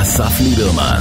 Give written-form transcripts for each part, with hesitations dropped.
אסף ליברמן.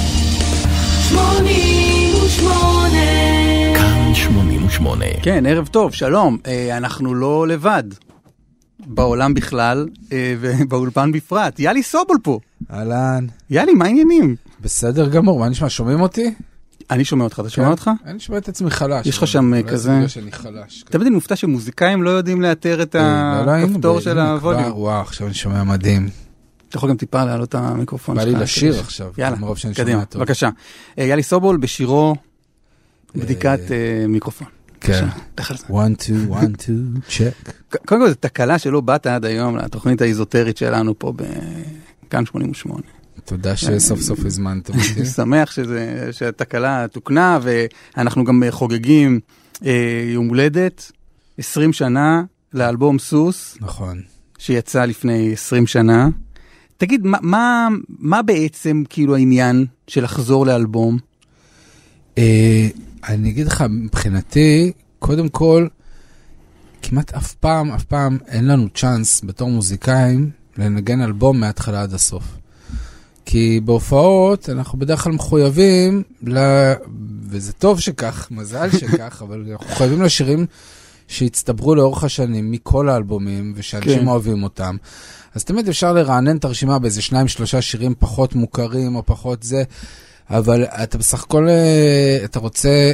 88 כאן 88. כן, ערב טוב, שלום. אנחנו לא לבד. בעולם בכלל, ובאולפן בפרט. יאלי סובול פה. אהלן. יאלי, מה העניינים? בסדר גמור, מה נשמע? שומעים אותי? אני שומע אותך, אתה שומע אותך? אני שומע את עצמי חלש. יש לך שם כזה... שאני חלש. תמיד אני מופתע שמוזיקאים לא יודעים לאתר את הכפתור של הווליום. וואו, עכשיו אני שומע מדהים. אתה יכול גם טיפה להעלות את המיקרופון בא שלך. לי לשיר עכשיו. יאללה, קדימה, בבקשה. יאלי סובול בשירו בדיקת מיקרופון. כן. 1, 2, 1, 2, צ'ק. קודם כל, זו תקלה שלא באת עד היום לתוכנית האיזוטרית שלנו פה בכאן 88. תודה שסוף סוף הזמנתם אותי. אני שמח שהתקלה תוקנה, ואנחנו גם חוגגים יום הולדת, 20 שנה לאלבום סוס. נכון. שיצא לפני 20 שנה. תגיד, מה בעצם כאילו העניין של לחזור לאלבום? אני אגיד לך, מבחינתי, קודם כל, כמעט אף פעם אין לנו צ'אנס בתור מוזיקאים לנגן אלבום מההתחלה עד הסוף. כי בהופעות אנחנו בדרך כלל מחויבים, וזה טוב שכך, מזל שכך, אבל אנחנו חייבים לשירים שהצטברו לאורך השנים מכל האלבומים, ושאנשים אוהבים אותם. אז תמיד אפשר לרענן את הרשימה באיזה 2-3 שירים פחות מוכרים או פחות זה, אבל אתה בסך הכל, אתה רוצה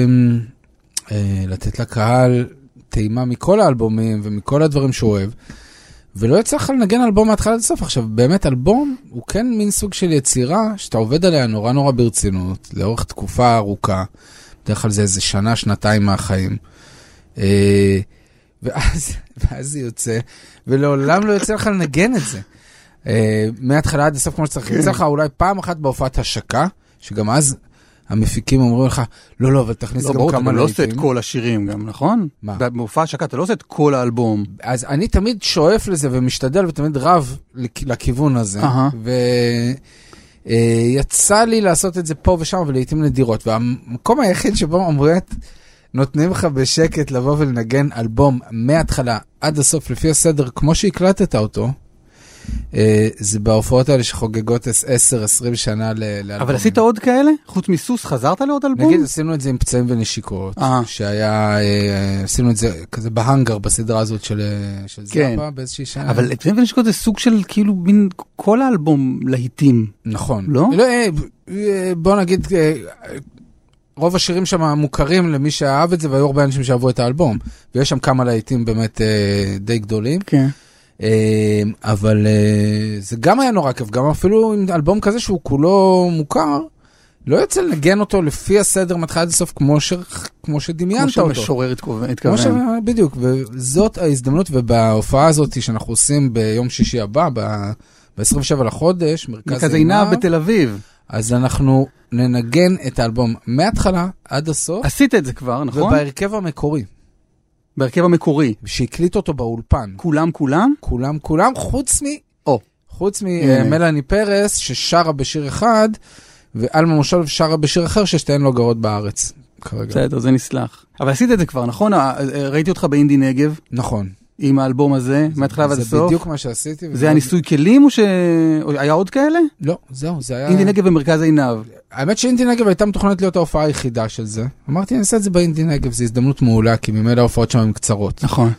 לתת לקהל טעימה מכל האלבומים ומכל הדברים שהוא אוהב, ולא יצא לך לנגן אלבום מההתחלה עד הסוף. עכשיו, באמת אלבום הוא כן מין סוג של יצירה שאתה עובד עליה נורא ברצינות, לאורך תקופה ארוכה, בדרך כלל זה איזה שנה, שנתיים מהחיים. ואז זה יוצא, ולעולם לא יוצא לך לנגן את זה. מההתחלה עד הסוף כמו שצריך. יוצא לך אולי פעם אחת בהופעת השקה, שגם אז המפיקים אומרים לך, לא, אבל תכניס גם כמה לעיתים. אתה לא עושה את כל השירים גם, נכון? מה? בהופעה השקה אתה לא עושה את כל האלבום. אז אני תמיד שואף לזה ומשתדל ותמיד רב לכיוון הזה. ויצא לי לעשות את זה פה ושם ולעיתים נדירות. והמקום היחיד שבו אמרת, נותנים לך בשקט לבוא ולנגן אלבום מההתחלה עד הסוף לפי הסדר כמו שהקלטת אותו, זה בהופעות האלה שחוגגות 10-20 שנה לאלבום. אבל עשית עוד כאלה? חוץ מסוס חזרת לעוד אלבום? נגיד עשינו את זה עם פצעים ונשיקות, שהיה, עשינו את זה כזה בהנגר בסדרה הזאת של זאפה באיזושהי שנה. אבל פצעים ונשיקות זה סוג של כאילו בין כל האלבום להיטים. נכון. לא? בוא נגיד, רוב השירים שם מוכרים למי שאהב את זה, והיו הרבה אנשים שאהבו את האלבום, ויש שם כמה להיטים באמת די גדולים. כן. אבל זה גם היה נורא כיף, גם אפילו עם אלבום כזה שהוא כולו מוכר, לא יוצא לנגן אותו לפי הסדר מתחיל עד הסוף כמו שדמיינת אותו. כמו שמשורר התכוון. בדיוק, וזאת ההזדמנות, ובהופעה הזאת שאנחנו עושים ביום שישי הבא, ב-27 לחודש, מרכז עינב בתל אביב. אז אנחנו ננגן את האלבום מההתחלה עד הסוף. עשית את זה כבר, נכון? ובהרכב המקורי. בהרכב המקורי. שהקליט אותו באולפן. כולם? כולם, חוץ ממלאני פרס, ששרה בשיר אחד, ואלמה מושל שרה בשיר אחר, ששתיהן לא גרות בארץ. כרגע. בסדר, זה נסלח. אבל עשית את זה כבר, נכון? ראיתי אותך באינדי נגב. נכון. עם האלבום הזה, מהתחלה ועד הסוף. זה בדיוק מה שעשיתי. זה הניסוי כלים או היה עוד כאלה? לא, זהו, זה היה... אינדי נגב במרכז עינב. האמת שאינדי נגב הייתה מתוכנת להיות ההופעה היחידה של זה. אמרתי, אני אעשה את זה באינדי נגב, זו הזדמנות מעולה, כי ממילא ההופעות שם הן קצרות. נכון.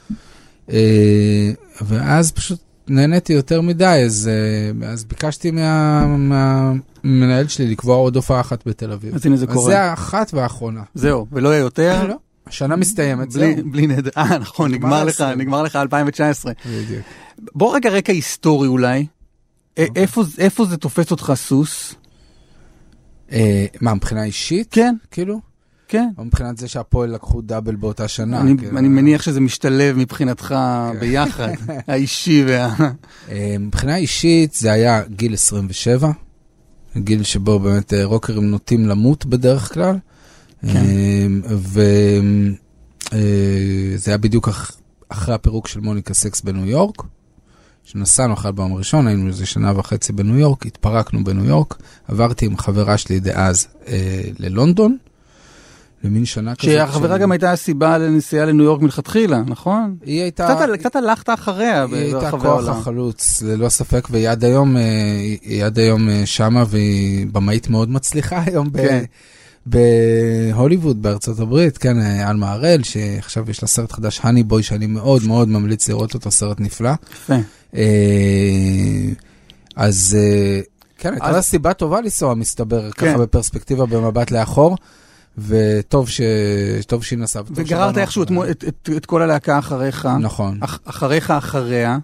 ואז פשוט נהניתי יותר מדי, אז ביקשתי מהמנהל שלי לקבוע עוד הופעה אחת בתל אביב. אז הנה זה קורה. אז זה האחת והאחרונה. זהו, ולא יהיה יותר? לא. השנה מסתיימת, זהו. בלי נדר. נכון, נגמר לך 2019. בדיוק. בוא רגע רקע היסטורי אולי. איפה זה תופס אותך סוס? מה, מבחינה אישית? כן. כאילו? כן. או מבחינת זה שהפועל לקחו דאבל באותה שנה? אני מניח שזה משתלב מבחינתך ביחד, האישי מבחינה אישית זה היה גיל 27, גיל שבו באמת רוקרים נוטים למות בדרך כלל. וזה היה בדיוק אחרי הפירוק של מוניקה סקס בניו יורק, שנסענו אחרי האלבום הראשון, היינו איזה 1.5 שנה בניו יורק, התפרקנו בניו יורק, עברתי עם חברה שלי דאז ללונדון, למין שנה כזאת. שהחברה גם הייתה הסיבה לנסיעה לניו יורק מלכתחילה, נכון? היא הייתה... קצת הלכת אחריה ברחבי העולם. היא הייתה כוח החלוץ, ללא ספק, והיא עד היום שמה, והיא במאית מאוד מצליחה היום בהוליווד, בארצות הברית, כן, אלמה הראל, שעכשיו יש לה סרט חדש, הני בוי, שאני מאוד מאוד ממליץ לראות אותו, סרט נפלא. יפה. אז... כן, הייתה לה סיבה טובה לנסוע, מסתבר, ככה בפרספקטיבה במבט לאחור, וטוב שהיא נסעה. וגררת איכשהו את כל הלהקה אחריך. נכון. אחריך, אחריה.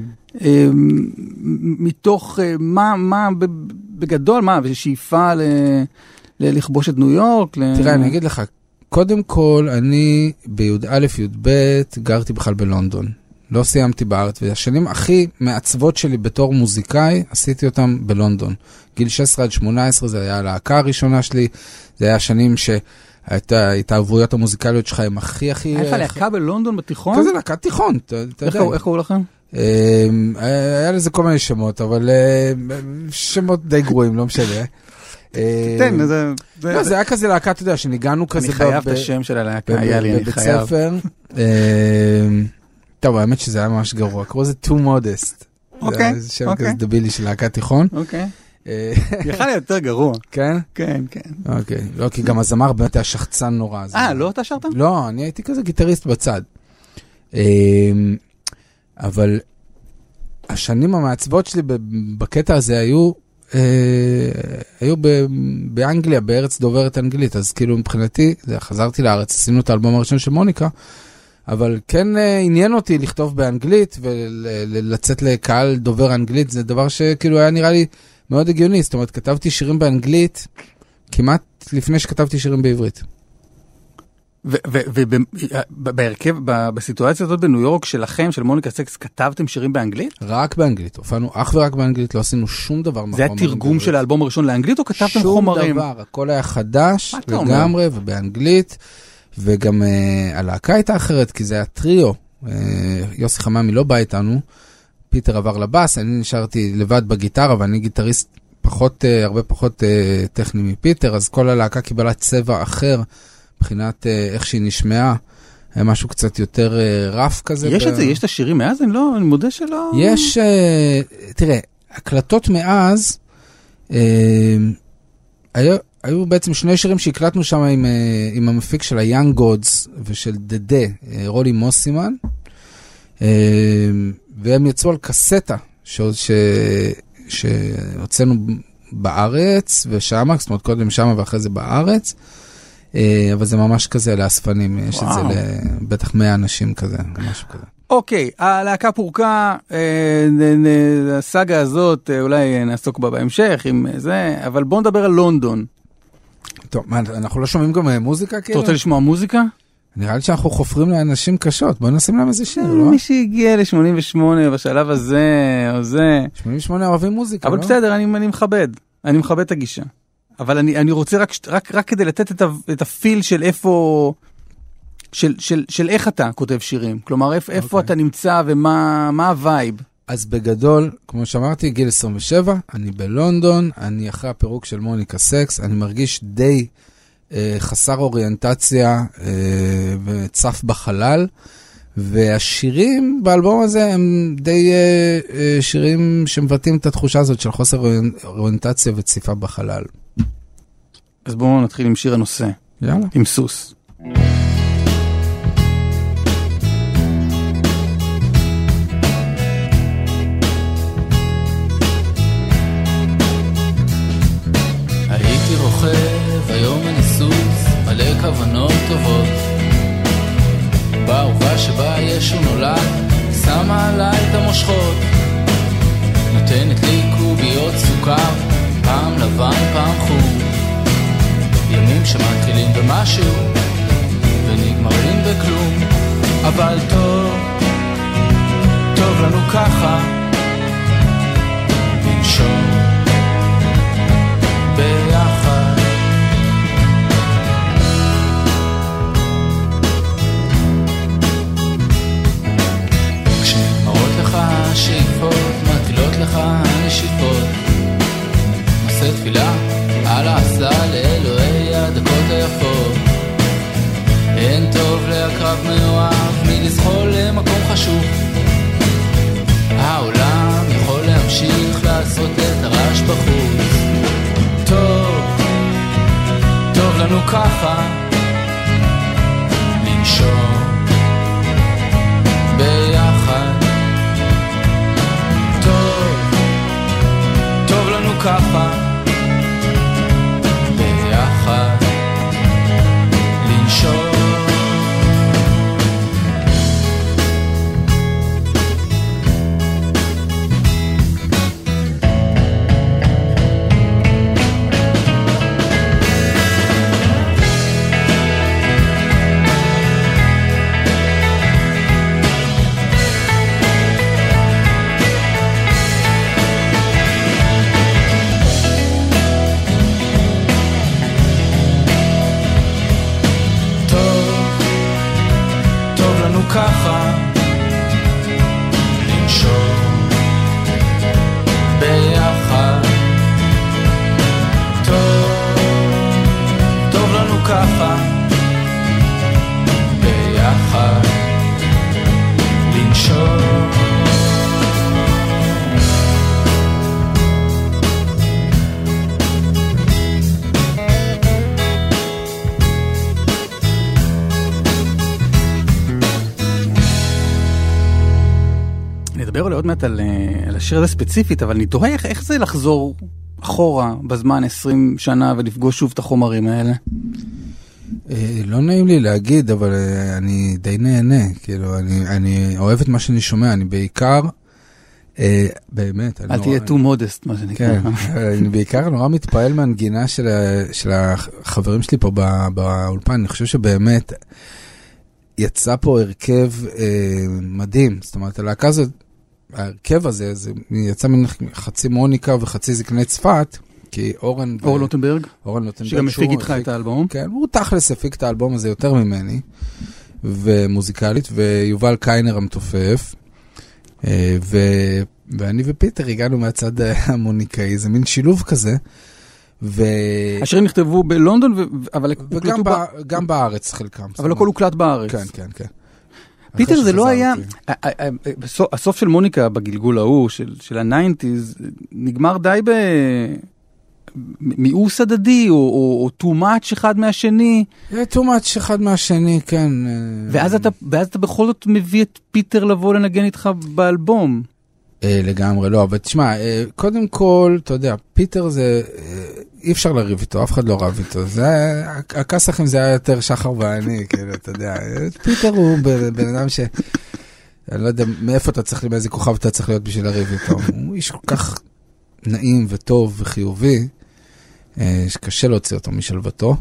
מתוך מה, בגדול, מה, ושאיפה לכבוש את ניו יורק? תראה, אני אגיד לך, קודם כל, אני בי"א, י"ב, גרתי בכלל בלונדון. לא סיימתי בארץ, והשנים הכי מעצבות שלי בתור מוזיקאי, עשיתי אותם בלונדון. גיל 16 עד 18, זה היה הלהקה הראשונה שלי, זה היה השנים שההתערבויות המוזיקליות שלך הם הכי... היה לך להקה בלונדון בתיכון? כזה להקה תיכון, אתה יודע. איך קראו לכם? היה לזה כל מיני שמות, אבל שמות די גרועים, לא משנה. תן, זה היה כזה להקה, אתה יודע, שניגענו כזה... אני חייב את השם של הלהקה, היה לי, אני חייב. בבית ספר. טוב, האמת שזה היה ממש גרוע, קראו זה Too Modest. אוקיי. זה שם כזה דבילי של להקה תיכון. אוקיי. יכל לי יותר גרוע. כן? כן, כן. אוקיי. לא, כי גם הזמר באמת היה שחצן נורא. לא אתה שרת? לא, אני הייתי כזה גיטריסט בצד. אבל השנים המעצבות שלי בקטע הזה היו באנגליה, בארץ דוברת אנגלית, אז כאילו מבחינתי, חזרתי לארץ, עשינו את האלבום הראשון של מוניקה, אבל כן עניין אותי לכתוב באנגלית ולצאת לקהל דובר אנגלית, זה דבר שכאילו היה נראה לי מאוד הגיוני, זאת אומרת, כתבתי שירים באנגלית כמעט לפני שכתבתי שירים בעברית. ובהרכב, בסיטואציה הזאת בניו יורק שלכם, של מוניקה סקס, כתבתם שירים באנגלית? רק באנגלית, הופענו אך ורק באנגלית, לא עשינו שום דבר. זה היה תרגום של האלבום הראשון לאנגלית או כתבתם חומרים? שום דבר, הכל היה חדש לגמרי ובאנגלית, וגם הלהקה הייתה אחרת, כי זה היה טריו, יוסי חממי לא בא איתנו, פיטר עבר לבאס, אני נשארתי לבד בגיטרה, ואני גיטריסט הרבה פחות טכני מפיטר, אז כל הלהקה קיבלה צבע אחר, מבחינת איך שהיא נשמעה, היה משהו קצת יותר רף כזה. יש את זה, יש את השירים מאז? אני מודה שלא... יש, תראה, הקלטות מאז, היו בעצם שני שירים שהקלטנו שם עם המפיק של ה-Young Gods ושל דדה, רולי מוסימן, והם יצאו על קסטה שהוצאנו בארץ ושם, זאת אומרת קודם שם ואחרי זה בארץ, אבל זה ממש כזה לאספנים, יש את זה לבטח 100 אנשים כזה, משהו כזה. אוקיי, הלהקה פורקה, הסאגה הזאת, אולי נעסוק בה בהמשך עם זה, אבל בואו נדבר על לונדון. טוב, אנחנו לא שומעים גם מוזיקה כאילו? אתה רוצה לשמוע מוזיקה? נראה לי שאנחנו חופרים לאנשים קשות, בואו נשים להם איזה שיר, לא? מי שהגיע ל-88 בשלב הזה או זה. 88 אוהבים מוזיקה, לא? אבל בסדר, אני מכבד את הגישה. אבל אני רוצה רק כדי לתת את הפיל של איפה, של איך אתה כותב שירים. כלומר, איפה אתה נמצא ומה הווייב. אז בגדול, כמו שאמרתי, גיל 27, אני בלונדון, אני אחרי הפירוק של מוניקה סקס, אני מרגיש די חסר אוריינטציה וצף בחלל, והשירים באלבום הזה הם די שירים שמבטאים את התחושה הזאת של חוסר אוריינטציה וציפה בחלל. אז בואו נתחיל עם שיר הנושא. יאללה. עם סוס. הייתי רוכב, היום אני סוס, מלא כוונות טובות. בערבה שבה ישו נולד, שמה עליי את המושכות. נותנת לי קוביות סוכר, פעם לבן, פעם חום. ימים שמתחילים במשהו ונגמרים בכלום, אבל טוב לנו ככה לנשום ביחד. כשנגמרות לך השאיפות, מטילות לך הנשיפות, נושא תפילה על העשה לאלוהי הדקות היפות. אין טוב להקרב מאוהב מלזחול למקום חשוב. העולם יכול להמשיך לעשות את הרעש בחוץ. טוב לנו ככה לנשום ביחד. טוב לנו ככה ביחד לנשום. ככה לנשום ביחד. טוב לנו ככה ביחד לנשום. נדבר אולי עוד מעט על השיר הזה ספציפית, אבל אני תוהה איך זה לחזור אחורה בזמן 20 שנה ולפגוש שוב את החומרים האלה? לא נעים לי להגיד, אבל אני די נהנה. כאילו, אני אוהב את מה שאני שומע, אני בעיקר, באמת. אל תהיה too modest, מה שנקרא. כן, אני בעיקר נורא מתפעל מהנגינה של החברים שלי פה באולפן. אני חושב שבאמת יצא פה הרכב מדהים. זאת אומרת, הלהקה הזאת, ההרכב הזה, זה יצא מן חצי מוניקה וחצי זקני צפת, כי אורן לוטנברג, שגם הפיק איתך את האלבום. כן, הוא תכלס הפיק את האלבום הזה יותר ממני, ומוזיקלית, ויובל קיינר המתופף, ואני ופיטר הגענו מהצד המוניקאי, זה מין שילוב כזה, השירים נכתבו בלונדון, וגם בארץ חלקם. אבל הכל הוקלט בארץ. כן, כן, כן. פיטר, זה לא היה, הסוף של מוניקה בגלגול ההוא, של ה-90s, נגמר די מיאוס הדדי, או too much אחד מהשני. too much אחד מהשני, כן. ואז אתה בכל זאת מביא את פיטר לבוא לנגן איתך באלבום. לגמרי, לא, אבל תשמע, קודם כל, אתה יודע, פיטר זה, אי אפשר לריב איתו, אף אחד לא רב איתו, זה, הכסחים זה היה יותר שחר ואני, כאילו, אתה יודע, פיטר הוא בן אדם אני לא יודע מאיפה אתה צריך, מאיזה כוכב אתה צריך להיות בשביל לריב איתו, הוא איש כל כך נעים וטוב וחיובי, שקשה להוציא אותו משלבתו,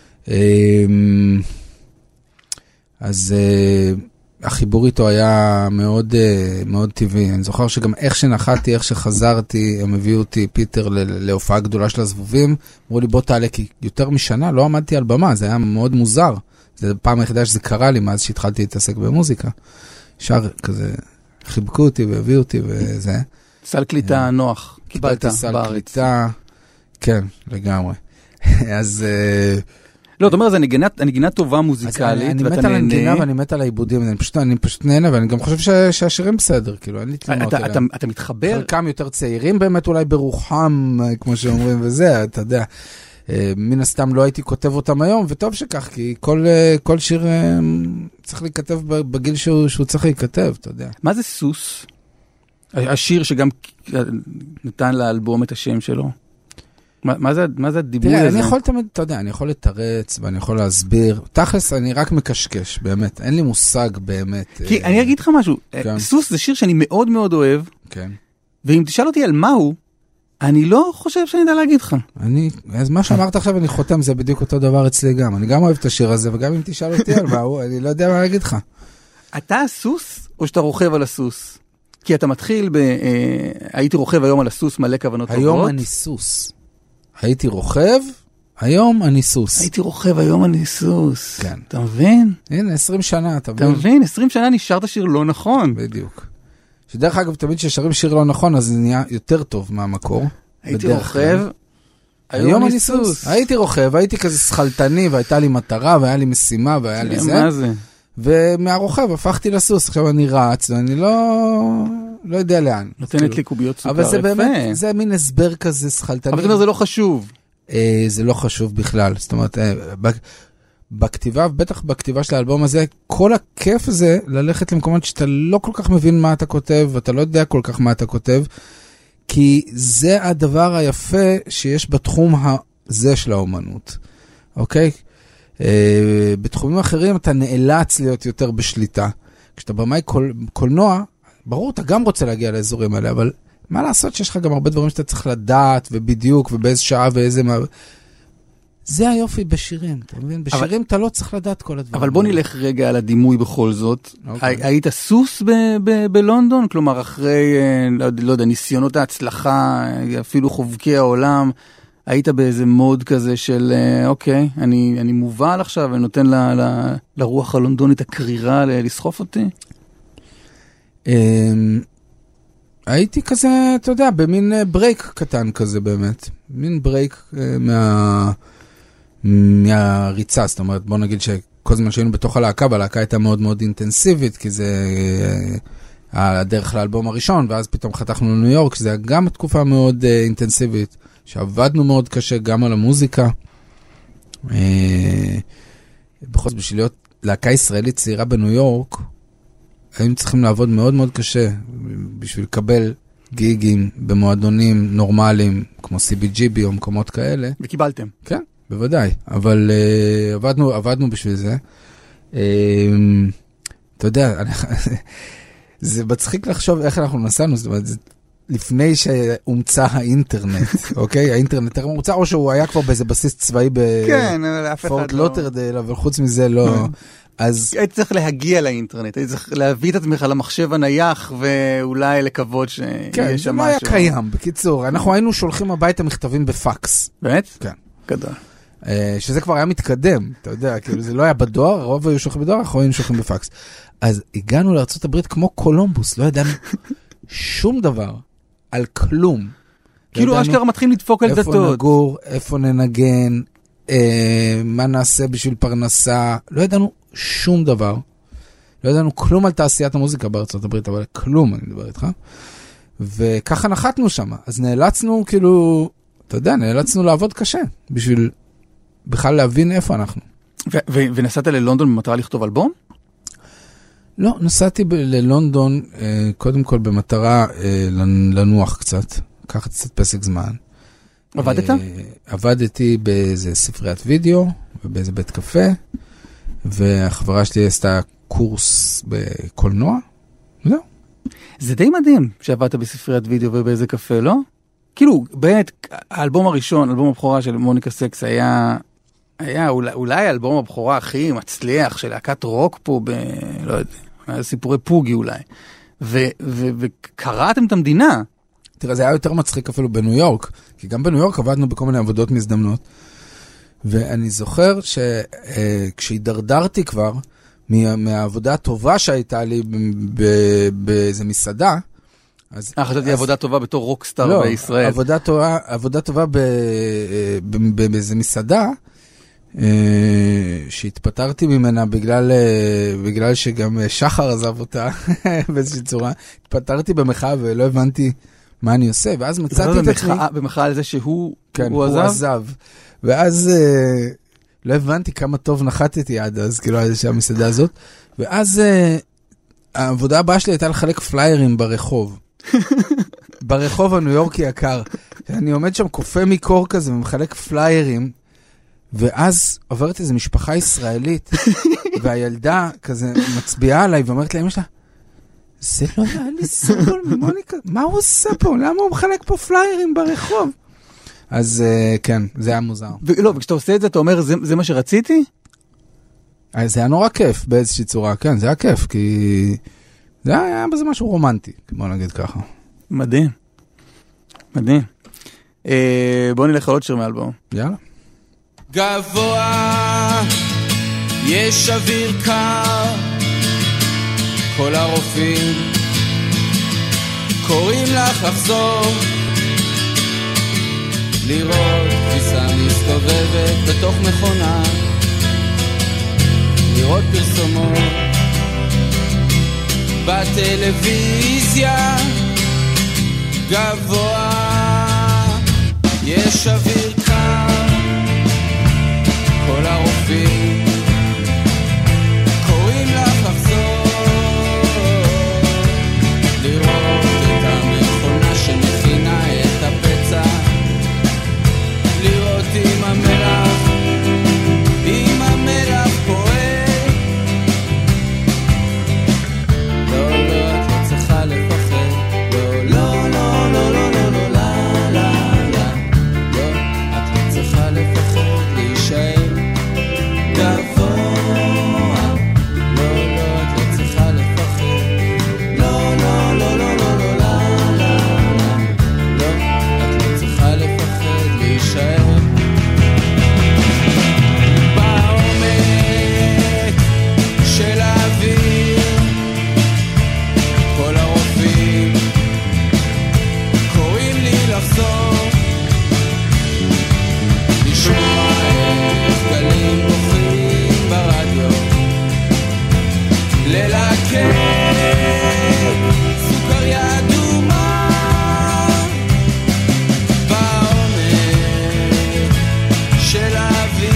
אז החיבור איתו היה מאוד, מאוד טבעי. אני זוכר שגם איך שנחתי, איך שחזרתי, הם הביאו אותי, פיטר, להופעה גדולה של הזבובים. אמרו לי, בוא תעלה, כי יותר משנה לא עמדתי על במה, זה היה מאוד מוזר. זה פעם היחידה שזה קרה לי, מאז שהתחלתי להתעסק במוזיקה. שר כזה, חיבקו אותי והביאו אותי וזה. סל קליטה נוח, קיבלת בארץ. סל קליטה, כן, לגמרי. אז לא, אתה אומר, זה נגינה טובה מוזיקלית. אני מת על הנגינה ואני מת על העיבודים, אני פשוט נהנה, ואני גם חושב שהשירים בסדר, כאילו, אין לי תלונות אליהם. אתה מתחבר? חלקם יותר צעירים באמת, אולי ברוחם, כמו שאומרים, וזה, אתה יודע. מן הסתם לא הייתי כותב אותם היום, וטוב שכך, כי כל שיר צריך להיכתב בגיל שהוא צריך להיכתב, אתה יודע. מה זה סוס? השיר שגם נתן לאלבום את השם שלו. מה זה הדיבור הזה? תראה, אני יכול תמיד, אתה יודע, אני יכול לתרץ ואני יכול להסביר. תכלס, אני רק מקשקש, באמת. אין לי מושג באמת. כי אני אגיד לך משהו. סוס זה שיר שאני מאוד מאוד אוהב. כן. ואם תשאל אותי על מהו, אני לא חושב שאני יודע להגיד לך. אז מה שאמרת עכשיו, אני חותם, זה בדיוק אותו דבר אצלי גם. אני גם אוהב את השיר הזה, וגם אם תשאל אותי על מהו, אני לא יודע מה להגיד לך. אתה הסוס, או שאתה רוכב על הסוס? כי אתה מתחיל הייתי רוכב היום על הסוס מלא כוונות טובות. היום אני סוס. הייתי רוכב, היום אני סוס. הייתי רוכב, היום אני סוס. כן. אתה מבין? הנה, 20 שנה, אתה מבין? אתה מבין? 20 שנה נשארת שיר לא נכון. בדיוק. שדרך אגב, תמיד ששרים שיר לא נכון, אז זה נהיה יותר טוב מהמקור. הייתי רוכב, היום אני סוס. הייתי רוכב, הייתי כזה שחלטני, והייתה לי מטרה, והיה לי משימה, והיה לי זה. מה זה? ומהרוכב הפכתי לסוס, עכשיו אני רץ, ואני לא יודע לאן. נותנת לי קוביות סוכר, אבל זה באמת, זה מין הסבר כזה שחלטני. אבל זאת אומרת, זה לא חשוב. זה לא חשוב בכלל. זאת אומרת, בכתיבה, בטח בכתיבה של האלבום הזה, כל הכיף זה ללכת למקומות שאתה לא כל כך מבין מה אתה כותב, ואתה לא יודע כל כך מה אתה כותב, כי זה הדבר היפה שיש בתחום הזה של האומנות. אוקיי? בתחומים אחרים אתה נאלץ להיות יותר בשליטה. כשאתה במאי קולנוע, ברור, אתה גם רוצה להגיע לאזורים האלה, אבל מה לעשות שיש לך גם הרבה דברים שאתה צריך לדעת, ובדיוק, ובאיזה שעה ואיזה מה... זה היופי בשירים, אתה מבין? בשירים אתה לא צריך לדעת כל הדברים. אבל בוא נלך רגע על הדימוי בכל זאת. היית סוס בלונדון? כלומר, אחרי, לא יודע, ניסיונות ההצלחה, אפילו חובקי העולם, היית באיזה מוד כזה של, אוקיי, אני מובל עכשיו, אני נותן לרוח הלונדונית הקרירה לסחוף אותי? הייתי כזה, אתה יודע, במין ברייק קטן כזה באמת. מין ברייק מהריצה, זאת אומרת, בוא נגיד שכל זמן שהיינו בתוך הלהקה, והלהקה הייתה מאוד מאוד אינטנסיבית, כי זה הדרך לאלבום הראשון, ואז פתאום חתכנו לניו יורק, שזה היה גם תקופה מאוד אינטנסיבית, שעבדנו מאוד קשה גם על המוזיקה. בכל זאת, בשביל להיות להקה ישראלית צעירה בניו יורק, היינו צריכים לעבוד מאוד מאוד קשה, בשביל לקבל גיגים במועדונים נורמליים, כמו CBGB או מקומות כאלה. וקיבלתם. כן, בוודאי, אבל עבדנו בשביל זה. אתה יודע, זה מצחיק לחשוב איך אנחנו נסענו, זאת אומרת, לפני שהומצא האינטרנט, אוקיי? האינטרנט הומצא, או שהוא היה כבר באיזה בסיס צבאי בפורט לוטרדייל, אבל חוץ מזה לא... אז... היית צריך להגיע לאינטרנט, היית צריך להביא את עצמך למחשב הנייח, ואולי לקוות שיהיה שם משהו. כן, זה לא היה קיים, בקיצור. אנחנו היינו שולחים הביתה מכתבים בפקס. באמת? כן. גדול. שזה כבר היה מתקדם, אתה יודע, כאילו זה לא היה בדואר, הרוב היו שולחים בדואר, אנחנו היינו שולחים בפקס. אז הגענו לארצות הברית כמו קולומבוס, לא ידענו שום דבר על כלום. כאילו אשכרה מתחילים לדפוק על דלתות. איפה נגור, איפה ננגן, מה נעשה בשביל פרנסה, לא ידענו שום דבר. לא ידענו כלום על תעשיית המוזיקה בארצות הברית, אבל כלום, אני מדבר איתך. וככה נחתנו שם. אז נאלצנו, כאילו, אתה יודע, נאלצנו לעבוד קשה, בשביל בכלל להבין איפה אנחנו. ונסעת ללונדון במטרה לכתוב אלבום? לא, נסעתי ללונדון, קודם כל במטרה לנוח קצת, לקחת קצת פסק זמן. עבדת? עבדתי באיזה ספריית וידאו, ובאיזה בית קפה, והחברה שלי עשתה קורס בקולנוע, וזהו. זה די מדהים שעבדת בספריית וידאו ובאיזה קפה, לא? כאילו, באמת, האלבום הראשון, אלבום הבכורה של מוניקה סקס היה אולי האלבום הבכורה הכי מצליח של להקת רוק פה לא יודע, סיפורי פוגי אולי. וקראתם את המדינה. תראה, זה היה יותר מצחיק אפילו בניו יורק, כי גם בניו יורק עבדנו בכל מיני עבודות מזדמנות, ואני זוכר שכשהידרדרתי כבר, מהעבודה הטובה שהייתה לי באיזה מסעדה, חשבתי עבודה טובה בתור רוקסטאר בישראל. עבודה טובה באיזה מסעדה, שהתפטרתי ממנה בגלל שגם שחר עזב אותה באיזושהי צורה. התפטרתי במחאה ולא הבנתי מה אני עושה, ואז מצאתי את עצמי. במחאה על זה שהוא עזב. ואז לא הבנתי כמה טוב נחתתי עד אז, כאילו עד שהמסעדה הזאת. ואז העבודה הבאה שלי הייתה לחלק פליירים ברחוב. ברחוב הניו יורקי יקר. אני עומד שם קופה מקור כזה ומחלק פליירים, ואז עוברת איזו משפחה ישראלית, והילדה כזה מצביעה עליי ואומרת לה, אמא שלה, זה לא היה לי סבול ממוניקה, מה הוא עושה פה? למה הוא מחלק פה פליירים ברחוב? אז כן, זה היה מוזר. לא, וכשאתה עושה את זה, אתה אומר, זה מה שרציתי? זה היה נורא כיף באיזושהי צורה, כן, זה היה כיף, כי זה היה בזה משהו רומנטי, בוא נגיד ככה. מדהים. מדהים. בוא נלך על עוד שיר מאלבום. יאללה. גבוה, יש אוויר קר, כל הרופאים קוראים לך לחזור, לראות מסתובבת בתוך מכונה, לראות פרסומות בטלוויזיה גבוה, יש אוויר קר, כל הרופאים קוראים לך לחזור, לראות את המכונה שמכינה את הפצע, לראות אם המלח פועל. לא, לא, את לא צריכה לפחד, לא, לא, לא, לא, לא, לא, לא, לא, לא, לא, לא, את לא צריכה לפחד להישאר גבוה, לא, לא, את לא צריכה לפחד, לא, לא, לא, לא, לא, לא, לא, לא, את לא צריכה לפחד להישאר בעומק של האוויר, כל הרופאים קוראים לי לחזור, לשמוע איך גלים בוחרים ברדיו, ללקט סוכריה אדומה בעומק של האוויר.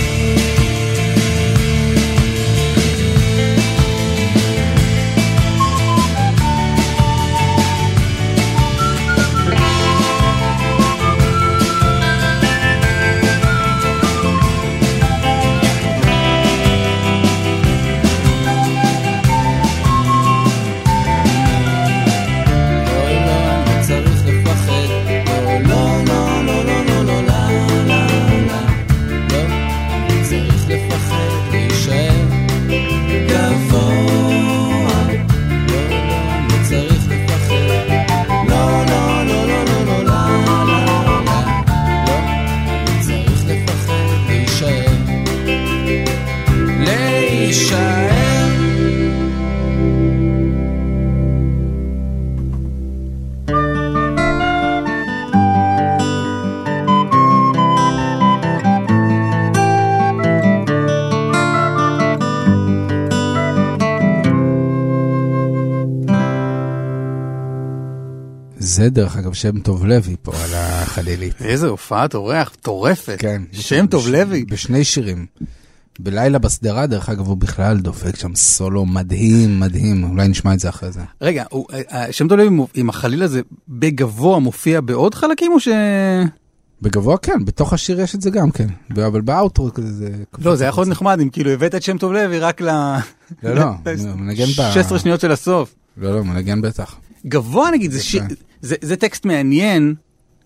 זה דרך אגב שם טוב לוי פה על החלילית. איזה הופעת אורח טורפת. כן. שם טוב לוי. בשני שירים. בלילה בסדרה, דרך אגב, הוא בכלל דופק שם סולו מדהים, מדהים. אולי נשמע את זה אחרי זה. רגע, שם טוב לוי עם החליל הזה בגבוה מופיע בעוד חלקים או ש... בגבוה כן, בתוך השיר יש את זה גם כן. אבל באוטרו כזה... לא, זה יכול להיות נחמד אם כאילו הבאת את שם טוב לוי רק ל... לא, מנגן ב... 16 שניות של הסוף. לא, מנגן בטח. גבוה נגיד, זה טקסט מעניין,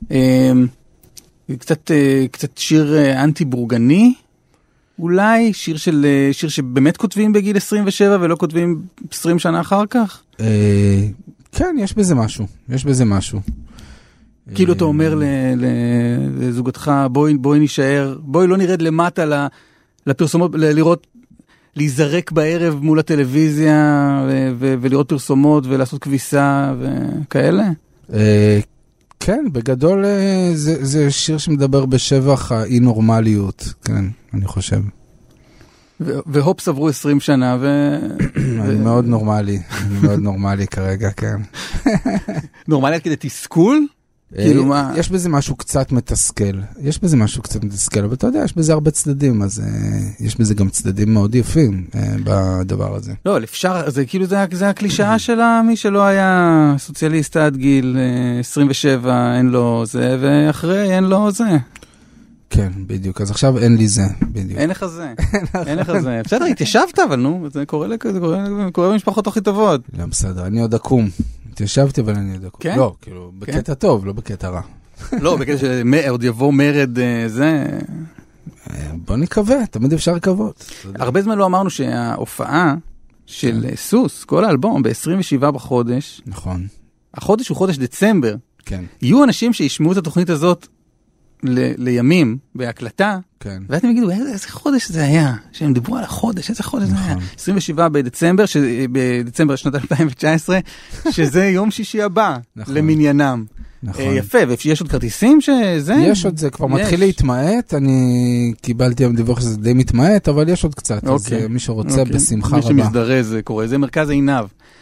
קצת שיר אנטי בורגני, אולי שיר שבאמת כותבים בגיל 27 ולא כותבים 20 שנה אחר כך? כן, יש בזה משהו. כאילו אתה אומר לזוגתך, בואי נשאר, בואי לא נרד למטה לפרסומות, לראות, להיזרק בערב מול הטלוויזיה ולראות פרסומות ולעשות כביסה וכאלה? כן, בגדול זה שיר שמדבר בשבח האי-נורמליות, כן, אני חושב. והופס עברו 20 שנה אני מאוד נורמלי כרגע, כן. נורמלי עד כדי תסכול? כאילו מה? יש בזה משהו קצת מתסכל, אבל אתה יודע, יש בזה הרבה צדדים, אז יש בזה גם צדדים מאוד יפים בדבר הזה. לא, אפשר, זה כאילו, זה הקלישאה שלה, מי שלא היה סוציאליסט עד גיל 27, אין לו זה, ואחרי אין לו זה. כן, בדיוק, אז עכשיו אין לי זה, בדיוק. אין לך זה. בסדר, התיישבת, אבל נו, זה קורה במשפחות הכי טובות. לא, בסדר, אני עוד אקום. התיישבתי, אבל אני עוד אקום. כן? לא, כאילו, בקטע טוב, לא בקטע רע. לא, בקטע שעוד יבוא מרד זה... בוא נקווה, תמיד אפשר לקוות. הרבה זמן לא אמרנו שההופעה של סוס, כל האלבום, ב-27 בחודש, נכון. החודש הוא חודש דצמבר. כן. יהיו אנשים שישמעו את התוכנית הזאת לימים בהקלטה, כן. ואתם תגידו, איזה חודש זה היה? שהם דיברו על החודש, איזה חודש זה היה? 27 בדצמבר שנת 2019, שזה יום שישי הבא למניינם. יפה, ויש עוד כרטיסים שזה? יש עוד, זה כבר מתחיל להתמעט, אני קיבלתי היום דיווח שזה די מתמעט, אבל יש עוד קצת, אז מי שרוצה בשמחה רבה. מי שמזדרז זה קורה, זה מרכז עיניו.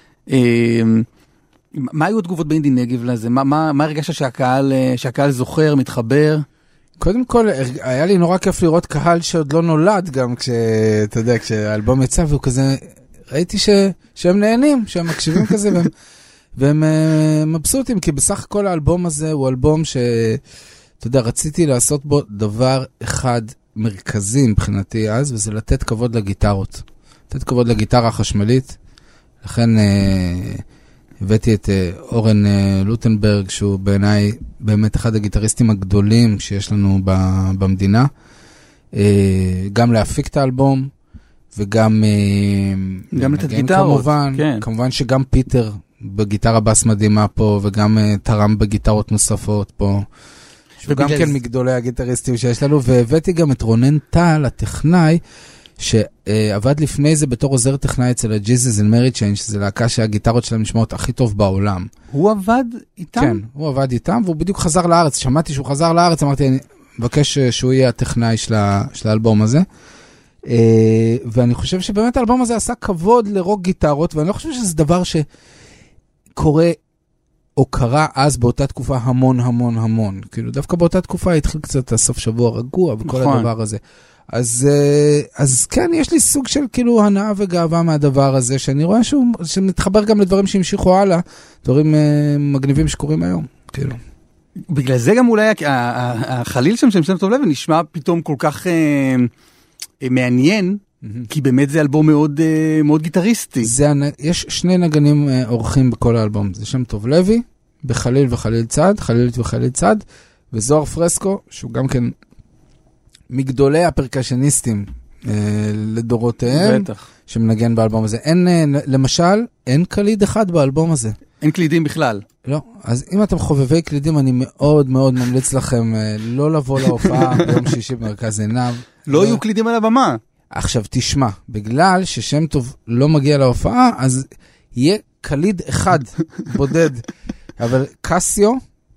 מה היו התגובות באינדי נגב לזה? מה הרגשת שהקהל זוכר, מתחבר? קודם כל, היה לי נורא כיף לראות קהל שעוד לא נולד, גם אתה יודע, כשהאלבום יצא, והוא כזה, ראיתי שהם נהנים, שהם מקשיבים כזה, והם מבסוטים, כי בסך הכל האלבום הזה הוא אלבום אתה יודע, רציתי לעשות בו דבר אחד מרכזי מבחינתי אז, וזה לתת כבוד לגיטרות. לתת כבוד לגיטרה החשמלית. לכן הבאתי את אורן לוטנברג, שהוא בעיניי באמת אחד הגיטריסטים הגדולים שיש לנו במדינה. גם להפיק את האלבום, וגם לתת גיטרות. כמובן שגם פיטר בגיטרה בס מדהימה פה, וגם תרם בגיטרות נוספות פה. גם כן מגדולי הגיטריסטים שיש לנו, והבאתי גם את רונן טל, הטכנאי, שעבד לפני זה בתור עוזר טכנאי אצל ה-Jesus and Mary Chain, שזה להקה שהגיטרות שלהם נשמעות הכי טוב בעולם. הוא עבד איתם? כן, הוא עבד איתם, והוא בדיוק חזר לארץ. שמעתי שהוא חזר לארץ, אמרתי, אני מבקש שהוא יהיה הטכנאי של האלבום הזה. ואני חושב שבאמת האלבום הזה עשה כבוד לרוק גיטרות, ואני לא חושב שזה דבר שקורה או קרה אז באותה תקופה המון המון המון. כאילו דווקא באותה תקופה התחיל קצת הסוף שבוע רגוע וכל הדבר הזה. אז כן, יש לי סוג של כאילו הנאה וגאווה מהדבר הזה, שאני רואה שמתחבר גם לדברים שהמשיכו הלאה, דברים מגניבים שקורים היום. כאילו. בגלל זה גם אולי החליל שם שם טוב לב נשמע פתאום כל כך מעניין, כי באמת זה אלבום מאוד, מאוד גיטריסטי. יש שני נגנים אורחים בכל האלבום. זה שם טוב לוי, בחליל וחליל צד, חלילית וחליל צד, וזוהר פרסקו, שהוא גם כן מגדולי הפרקשניסטים לדורותיהם, שמנגן באלבום הזה. למשל, אין קליד אחד באלבום הזה. אין קלידים בכלל. לא, אז אם אתם חובבי קלידים, אני מאוד מאוד ממליץ לכם לא לבוא להופעה ביום שישי במרכז עיניו. לא יהיו קלידים על הבמה. עכשיו תשמע, בגלל ששם טוב לא מגיע להופעה, אז יהיה קליד אחד בודד. אבל קסיו,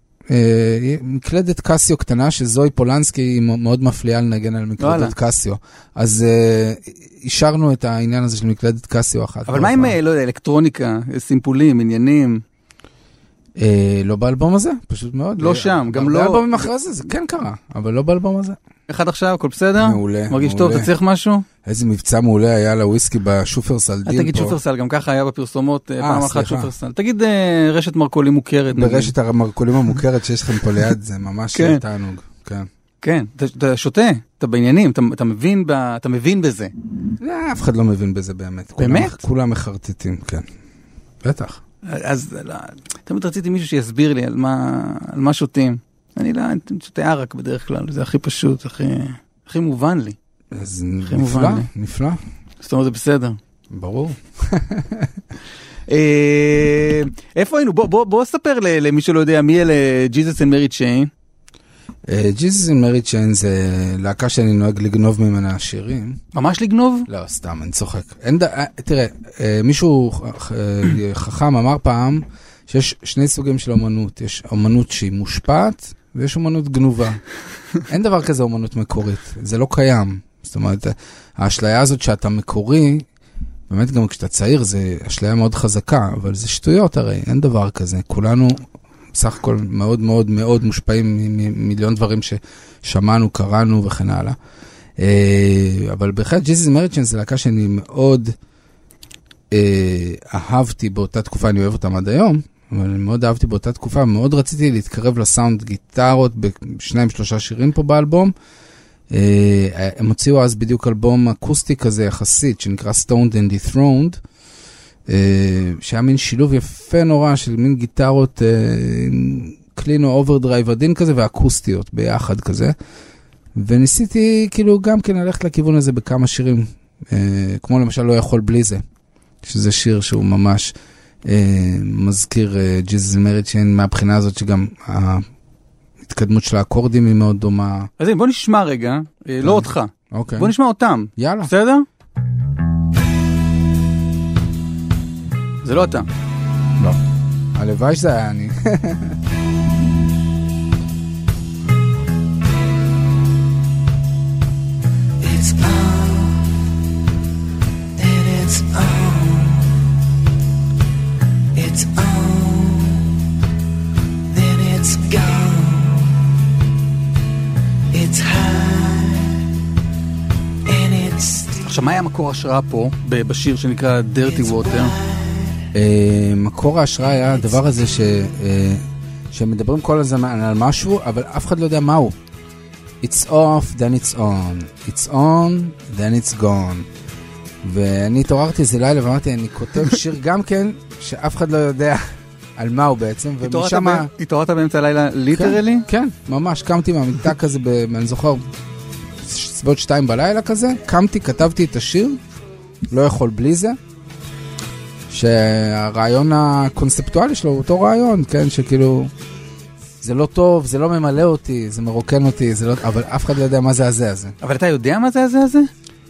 מקלדת קסיו קטנה, שזוי פולנסקי היא מאוד מפליאה לנגן על מקלדת קסיו. אז אישרנו את העניין הזה של מקלדת קסיו אחת. אבל מה עם, לא יודע, אלקטרוניקה, סימפולים, עניינים? לא באלבום הזה, פשוט מאוד. לא שם, גם לא... באלבומים אחרי זה גם קרה, אבל לא באלבום הזה. אחד עכשיו, הכל בסדר? מעולה. מרגיש טוב, אתה צריך משהו? איזה מבצע מעולה היה לוויסקי בשופרסל דיל פה. תגיד שופרסל, גם ככה היה בפרסומות, פעם אחת שופרסל. תגיד רשת מרקולים מוכרת. ברשת המרקולים המוכרת שיש לכם פה ליד, זה ממש תענוג. כן. כן, אתה שותה, אתה בעניינים, אתה מבין בזה. אף אחד לא מבין בזה באמת. באמת? כולם מחרטטים, כן. בטח. אז תמיד רציתי מישהו שיסביר לי על מה שותים. אני שותה ערק בדרך כלל, זה הכי פשוט, הכי מובן לי. אז נפלא, נפלא. זאת אומרת, זה בסדר. ברור. איפה היינו? בוא ספר למי שלא יודע מי אלה Jesus and Mary Chain. Jesus and Mary Chain זה להקה שאני נוהג לגנוב ממנה שירים. ממש לגנוב? לא, סתם, אני צוחק. תראה, מישהו חכם אמר פעם שיש שני סוגים של אומנות. יש אומנות שהיא מושפעת, ויש אומנות גנובה. אין דבר כזה אומנות מקורית. זה לא קיים. זאת אומרת, האשליה הזאת שאתה מקורי, באמת גם כשאתה צעיר, זה אשליה מאוד חזקה, אבל זה שטויות הרי, אין דבר כזה. כולנו בסך הכל מאוד מאוד מאוד מושפעים ממיליון דברים ששמענו, קראנו וכן הלאה. אבל בהחלט, Jesus and Mary Chain זה להקה שאני מאוד אהבתי באותה תקופה, אני אוהב אותם עד היום, אבל אני מאוד אהבתי באותה תקופה, מאוד רציתי להתקרב לסאונד גיטרות, ב2-3 שירים פה באלבום. הם הוציאו אז בדיוק אלבום אקוסטי כזה יחסית, שנקרא Stoned and Dethroned, שהיה מין שילוב יפה נורא של מין גיטרות קלינו אוברדרייב עדין כזה, ואקוסטיות ביחד כזה. וניסיתי כאילו גם כן ללכת לכיוון הזה בכמה שירים, כמו למשל לא יכול בלי זה, שזה שיר שהוא ממש מזכיר Jesus and Mary Chain מהבחינה הזאת שגם ההתקדמות של האקורדים היא מאוד דומה. אז בוא נשמע רגע, לא אותך. אוקיי. בוא נשמע אותם. יאללה. בסדר? זה לא אתה. לא. הלוואי שזה היה אני. It's on, and it's on. It's on, then it's gone. It's high, and it's... עכשיו, מה היה מקור השראה פה, בשיר שנקרא Dirty Water? מקור ההשראה היה הדבר הזה שמדברים כל הזמן על משהו, אבל אף אחד לא יודע מהו. It's off, then it's on. It's on, then it's gone. ואני התעוררתי איזה לילה ואמרתי, אני כותב שיר גם כן, שאף אחד לא יודע על מהו בעצם. התעוררת באמצע הלילה ליטרלי? כן, ממש, קמתי מהמיטה כזה, אני זוכר, סביבות 2 בלילה כזה, קמתי, כתבתי את השיר, לא יכול בלי זה, שהרעיון הקונספטואלי שלו הוא אותו רעיון, כן, שכאילו... זה לא טוב, זה לא ממלא אותי, זה מרוקן אותי, זה לא... אבל אף אחד לא יודע מה זה הזה. אבל אתה יודע מה זה הזה?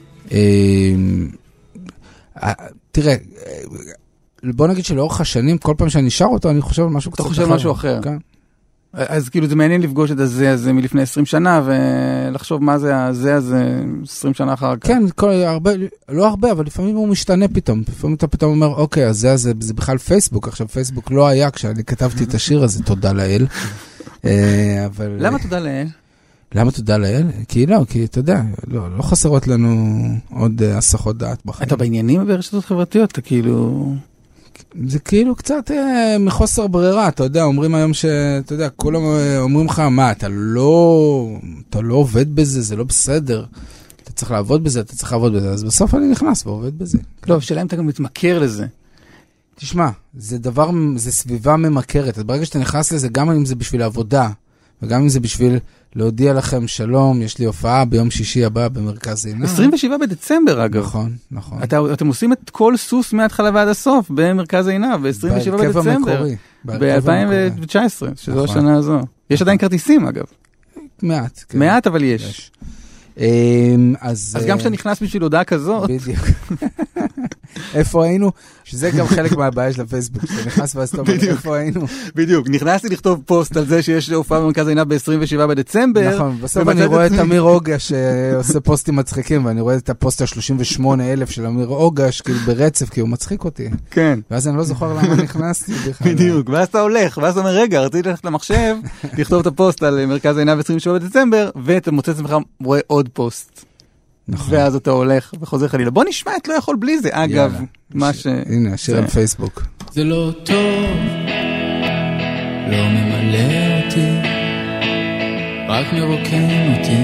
תראה, בוא נגיד שלאורך השנים, כל פעם שאני שר אותו, אני חושב על משהו קצת אחר. אתה חושב משהו אחר. כן. אז כאילו זה מעניין לפגוש את הזה מלפני 20 שנה, ולחשוב מה זה הזה 20 שנה אחר כך. כן, לא הרבה, אבל לפעמים הוא משתנה פתאום. לפעמים אתה פתאום אומר, אוקיי, אז זה בכלל פייסבוק. עכשיו, פייסבוק לא היה כשאני כתבתי את השיר הזה, תודה לאל. למה תודה לאל? למה תודה לאל? כי לא, כי אתה יודע, לא חסרות לנו עוד הסחות דעת בחיים. אתה בעניינים ברשתות חברתיות, אתה כאילו... זה כאילו קצת מחוסר ברירה, אתה יודע, אומרים היום אתה יודע, כולם אומרים לך, מה, אתה לא עובד בזה, זה לא בסדר, אתה צריך לעבוד בזה, אז בסוף אני נכנס ועובד בזה. לא, שאלה אם אתה גם מתמכר לזה. תשמע, זה סביבה ממכרת, ברגע שאתה נכנס לזה, גם אם זה בשביל העבודה, וגם אם זה בשביל להודיע לכם שלום, יש לי הופעה ביום שישי הבא במרכז עינה. 27 בדצמבר אגב. נכון. אתם עושים את כל סוס מההתחלה ועד הסוף במרכז עינה, ב-27 בדצמבר. ב-2019, שזו השנה הזו. יש עדיין כרטיסים אגב. מעט. מעט אבל יש. אז גם כשאתה נכנס בשביל הודעה כזאת. בדיוק. איפה היינו? שזה גם חלק מהבעיה של הפייסבוק. אתה נכנס ואז אתה אומר, איפה היינו? בדיוק. נכנסתי לכתוב פוסט על זה שיש הופעה במרכז העינה ב-27 בדצמבר. נכון. בסוף אני רואה את אמיר אוגש שעושה פוסטים מצחיקים, ואני רואה את הפוסט ה-38,000 של אמיר אוגש, כאילו ברצף, כי הוא מצחיק אותי. כן. ואז אני לא זוכר למה נכנסתי. בדיוק. ואז אתה הולך, ואז אתה אומר, רגע, רציתי ללכת למחשב, לכתוב את הפוסט על מרכז העינה ב-27 בדצמבר, ואתה מוצא עצמך, רואה עוד פוסט. נכון. ואז אתה הולך וחוזר חלילה. בוא נשמע את לא יכול בלי זה. אגב, מה ש... הנה, השיר על פייסבוק. זה לא טוב, לא ממלא אותי, רק מרוקן אותי.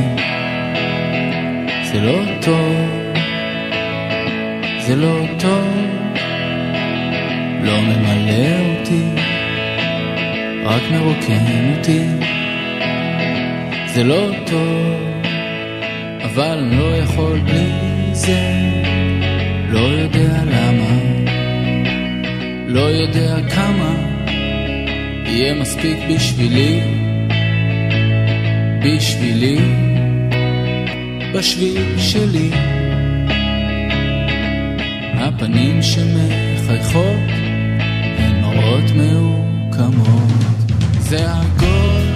זה לא טוב, זה לא טוב, לא ממלא אותי, רק מרוקן אותי. זה לא טוב, אבל אני לא יכול בלי זה, לא יודע למה, לא יודע כמה יהיה מספיק בשבילי, בשביל שלי. הפנים שמחייכות הן מראות מעוקמות, זה הכל,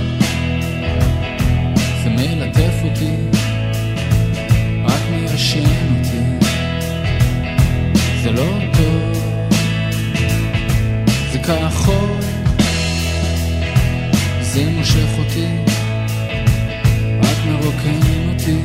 זה מלטף אותי, רק מיישן אותי. זה לא טוב, זה כחול, זה מושך אותי, רק מרוקן אותי.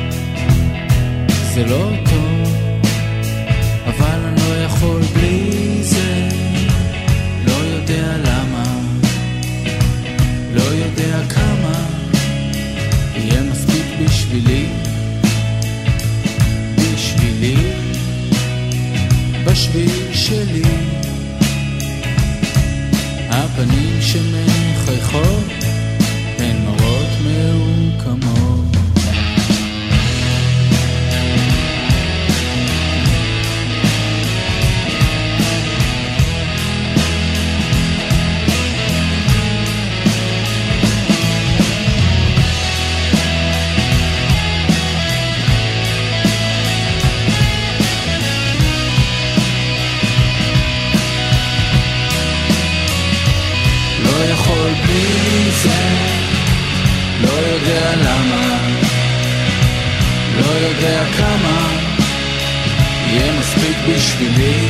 זה לא טוב, אבל אני לא יכול בלי זה, לא יודע למה, לא יודע כמה יהיה מספיק בשבילי, בשביל שלי. הפנים שמחייכות הן מראות מעוקמות. יודע כמה יהיה מספיק בשבילי,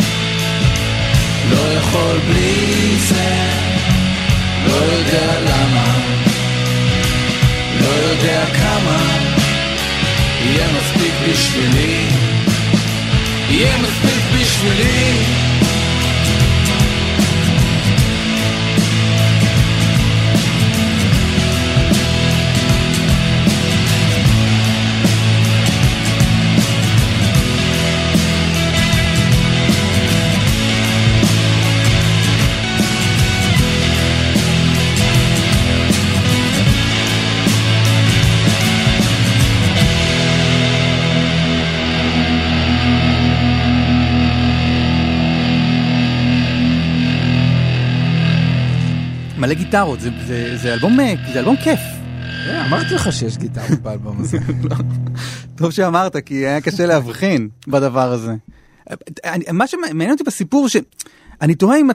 לא יכול בלי זה, לא יודע למה, לא יודע כמה יהיה מספיק בשבילי, יהיה מספיק בשבילי. מלא גיטרות, זה אלבום כיף. אמרתי לך שיש גיטרות באלבום הזה. טוב שאמרת, כי היה קשה להבחין בדבר הזה. מה שמעניין אותי בסיפור, שאני תוהה אם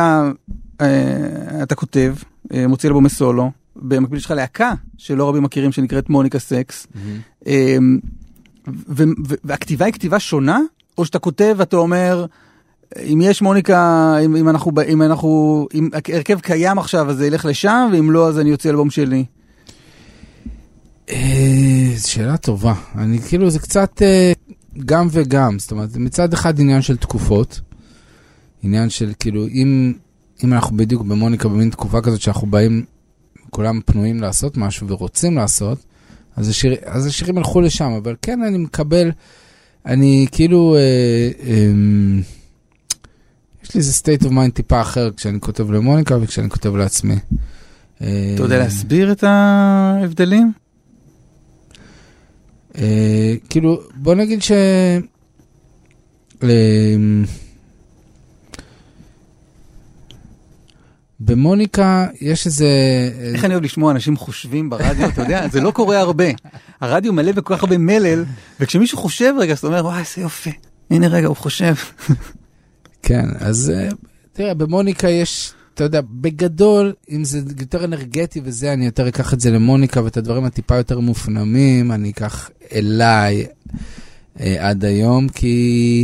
אתה כותב, מוציא אלבומי סולו, במקביל שלך להקה, שלא רבים מכירים, שנקראת מוניקה סקס, והכתיבה היא כתיבה שונה, או שאתה כותב ואתה אומר, אם יש מוניקה, אם הרכב קיים עכשיו, אז זה ילך לשם, ואם לא, אז אני יוצא אלבום שלי. זו שאלה טובה. אני כאילו, זה קצת גם וגם. זאת אומרת, מצד אחד עניין של תקופות, עניין של כאילו, אם אנחנו בדיוק במוניקה, במין תקופה כזאת שאנחנו באים, כולם פנויים לעשות משהו ורוצים לעשות, אז השירים הלכו לשם, אבל כן, אני מקבל, אני כאילו, יש לי איזה state of mind טיפה אחר כשאני כותב למוניקה וכשאני כותב לעצמי. אתה יודע להסביר את ההבדלים? כאילו, בוא נגיד ש... במוניקה יש איזה... איך אני אוהב לשמוע אנשים חושבים ברדיו, אתה יודע, זה לא קורה הרבה. הרדיו מלא בכל כך הרבה מלל, וכשמישהו חושב רגע, אתה אומר, וואי, זה יופי. הנה רגע, הוא חושב. כן, אז תראה, במוניקה יש, אתה יודע, בגדול, אם זה יותר אנרגטי וזה, אני יותר אקח את זה למוניקה, ואת הדברים הטיפה יותר מופנמים, אני אקח אליי עד היום, כי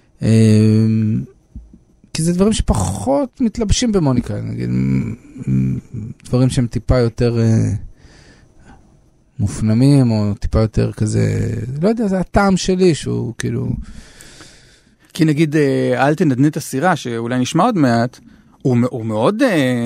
זה דברים שפחות מתלבשים במוניקה, נגיד, דברים שהם טיפה יותר מופנמים, או טיפה יותר כזה, לא יודע, זה הטעם שלי, שהוא כאילו... כי נגיד, אל תנדנד את הסירה, שאולי נשמע עוד מעט, הוא מאוד,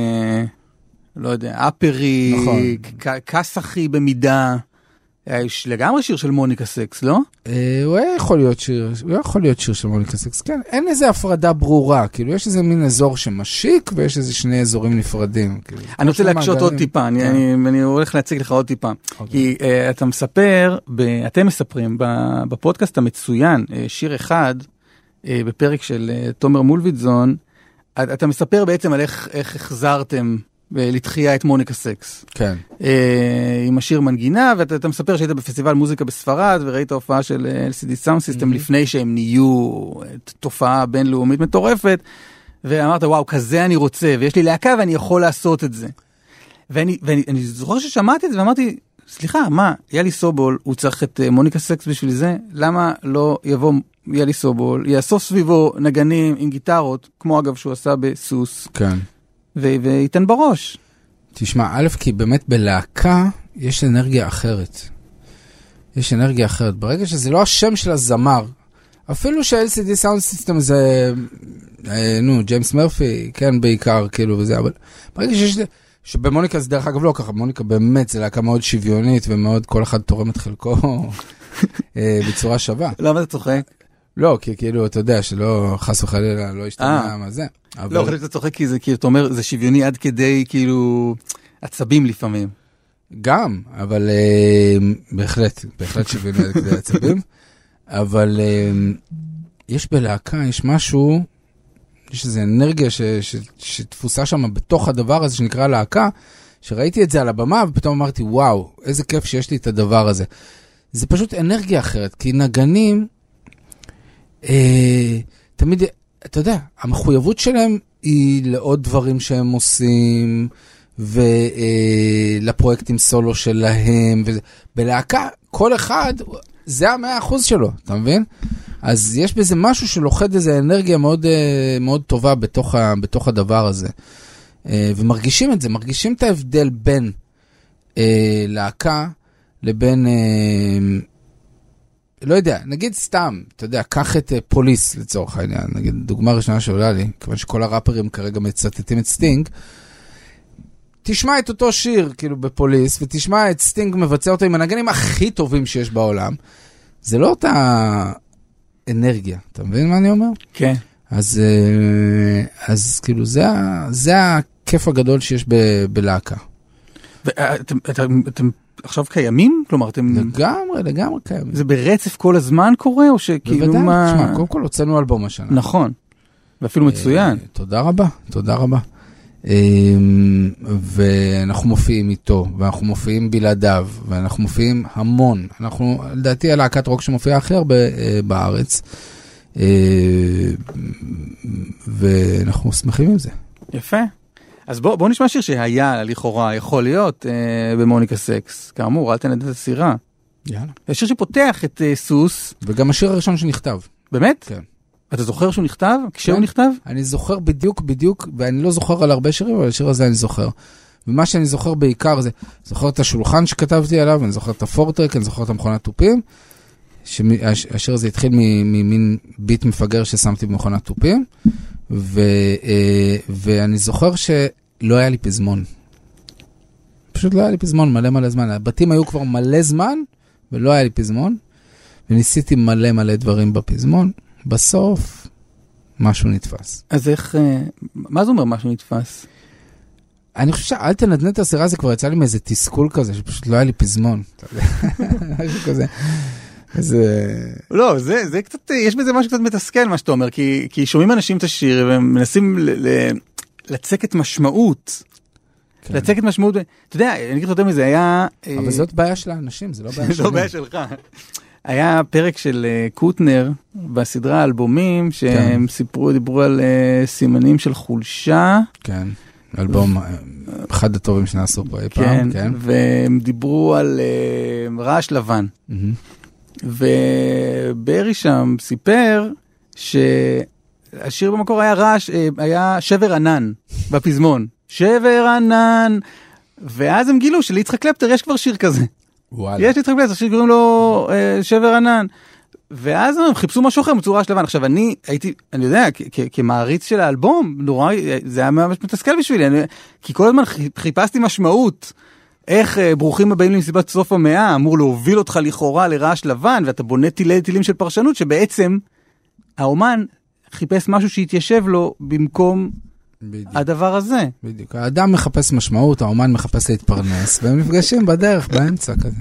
לא יודע, אפרי, נכון. קסחי במידה. יש לגמרי שיר של מוניקה סקס, לא? הוא יכול להיות שיר של מוניקה סקס, כן. אין איזו הפרדה ברורה, כאילו יש איזה מין אזור שמשיק, ויש איזה שני אזורים נפרדים. אני רוצה להקשות עוד טיפה, אני הולך להציג לך עוד טיפה. כי אתה מספר, אתם מספרים, בפודקאסט המצוין, שיר אחד, בפרק של תומר מולביטזון, אתה מספר בעצם על איך החזרתם לתחייה את מוניקה סקס. כן. עם השיר מנגינה, ואתה מספר שהיית בפסטיבל מוזיקה בספרד, וראית הופעה של LCD Sound System לפני שהם נהיו תופעה בינלאומית מטורפת, ואמרת, וואו, כזה אני רוצה, ויש לי להקה ואני יכול לעשות את זה. ואני זוכר ששמעתי את זה, ואמרתי, סליחה, מה, יאלי סובול, הוא צריך את מוניקה סקס בשביל זה? למה לא יבוא יאלי סובול, יאסוף סביבו נגנים עם גיטרות, כמו אגב שהוא עשה בסוס, כן. וייתן בראש. תשמע, א', כי באמת בלהקה יש אנרגיה אחרת. יש אנרגיה אחרת. ברגע שזה לא השם של הזמר, אפילו ש-LCD Sound System זה, ג'יימס מרפי, כן, בעיקר, כאילו, וזה, אבל ברגע שיש... שבמוניקה זה דרך אגב לא ככה, במוניקה באמת זה להקה מאוד שוויונית, ומאוד כל אחד תורם את חלקו בצורה שווה. למה אתה צוחק? לא, כי כאילו, אתה יודע, שלא חס וחלילה, לא השתנה מה זה. לא, חושב שאתה צוחק כי זה, כאילו, אתה אומר, זה שוויוני עד כדי, כאילו, עצבים לפעמים. גם, אבל בהחלט שוויוני עד כדי עצבים, אבל יש בלהקה, יש משהו, יש איזו אנרגיה שתפוסה שם בתוך הדבר הזה שנקרא להקה, שראיתי את זה על הבמה, ופתאום אמרתי, וואו, איזה כיף שיש לי את הדבר הזה. זה פשוט אנרגיה אחרת, כי נגנים, תמיד, אתה יודע, המחויבות שלהם היא לעוד דברים שהם עושים, ולפרויקטים סולו שלהם, בלהקה, כל אחד, זה 100% שלו, אתה מבין? אז יש בזה משהו שלוחד איזו אנרגיה מאוד, מאוד טובה בתוך הדבר הזה. ומרגישים את זה, מרגישים את ההבדל בין להקה לבין, לא יודע, נגיד סתם, אתה יודע, קח את פוליס לצורך העניין, נגיד דוגמה ראשונה שעולה לי, כיוון שכל הראפרים כרגע מצטטים את סטינג, תשמע את אותו שיר כאילו בפוליס, ותשמע את סטינג מבצע אותו עם הנגנים הכי טובים שיש בעולם, זה לא אותה אנרגיה, אתה מבין מה אני אומר? כן. אז כאילו זה הכיף הגדול שיש בלהקה. אתם עכשיו קיימים? כלומר, אתם... לגמרי קיימים. זה ברצף כל הזמן קורה, או שכאילו בוודאי, מה... תשמע, קודם כל הוצאנו אלבום השנה. נכון. ואפילו מצוין. תודה רבה, תודה רבה. ואנחנו מופיעים איתו, ואנחנו מופיעים בלעדיו, ואנחנו מופיעים המון. אנחנו, לדעתי, הלהקת רוק שמופיעה הכי הרבה בארץ, ואנחנו שמחים עם זה. יפה. אז בוא נשמע שיר שהיה לכאורה, יכול להיות במוניקה סקס. כאמור, אל תנדד את הסירה. יאללה. השיר שפותח את סוס. וגם השיר הראשון שנכתב. באמת? כן. אתה זוכר שהוא נכתב? כשהוא נכתב? אני זוכר בדיוק, ואני לא זוכר על הרבה שירים, אבל השיר הזה אני זוכר. ומה שאני זוכר בעיקר זה, זוכר את השולחן שכתבתי עליו, אני זוכר את הפורטרק, אני זוכר את המכונת טופים, שהשיר הזה התחיל ממין ביט מפגר ששמתי במכונת טופים, ואני זוכר שלא היה לי פזמון. פשוט לא היה לי פזמון מלא זמן. הבתים היו כבר מלא זמן, ולא היה לי פזמון, וניסיתי מלא דברים בפזמון. בסוף, משהו נתפס. אז איך, מה זה אומר משהו נתפס? אני חושב שאל תנדנד את הסירה, זה כבר יצא לי מאיזה תסכול כזה, שפשוט לא היה לי פזמון. משהו כזה. לא, זה קצת, יש בזה משהו קצת מתסכל, מה שאתה אומר, כי שומעים אנשים את השיר, והם מנסים לצקת משמעות. לצקת משמעות, אתה יודע, אני אגיד יותר מזה, היה... אבל זאת בעיה של האנשים, זה לא בעיה שלנו. לא בעיה שלך. היה פרק של קוטנר בסדרה האלבומים, שהם דיברו על סימנים של חולשה. כן, אלבום אחד הטובים שנעשו פה אי פעם. כן, והם דיברו על רעש לבן. וברי שם סיפר שהשיר במקור היה רעש, היה שבר ענן בפזמון. שבר ענן. ואז הם גילו שליצחק קלפטר יש כבר שיר כזה. יש ליצחק קלפטר, שיר קוראים לו שבר ענן. ואז הם חיפשו משהו אחר, מצאו רעש לבן. עכשיו אני יודע, כמעריץ של האלבום, נורא, זה היה ממש מתסכל בשבילי, כי כל הזמן חיפשתי משמעות. איך ברוכים הבאים למסיבת סוף המאה אמור להוביל אותך לכאורה לרעש לבן, ואתה בונה טילים של פרשנות, שבעצם האומן חיפש משהו שהתיישב לו במקום בדיוק. הדבר הזה. בדיוק. האדם מחפש משמעות, האומן מחפש להתפרנס, והם נפגשים בדרך, באמצע כזה.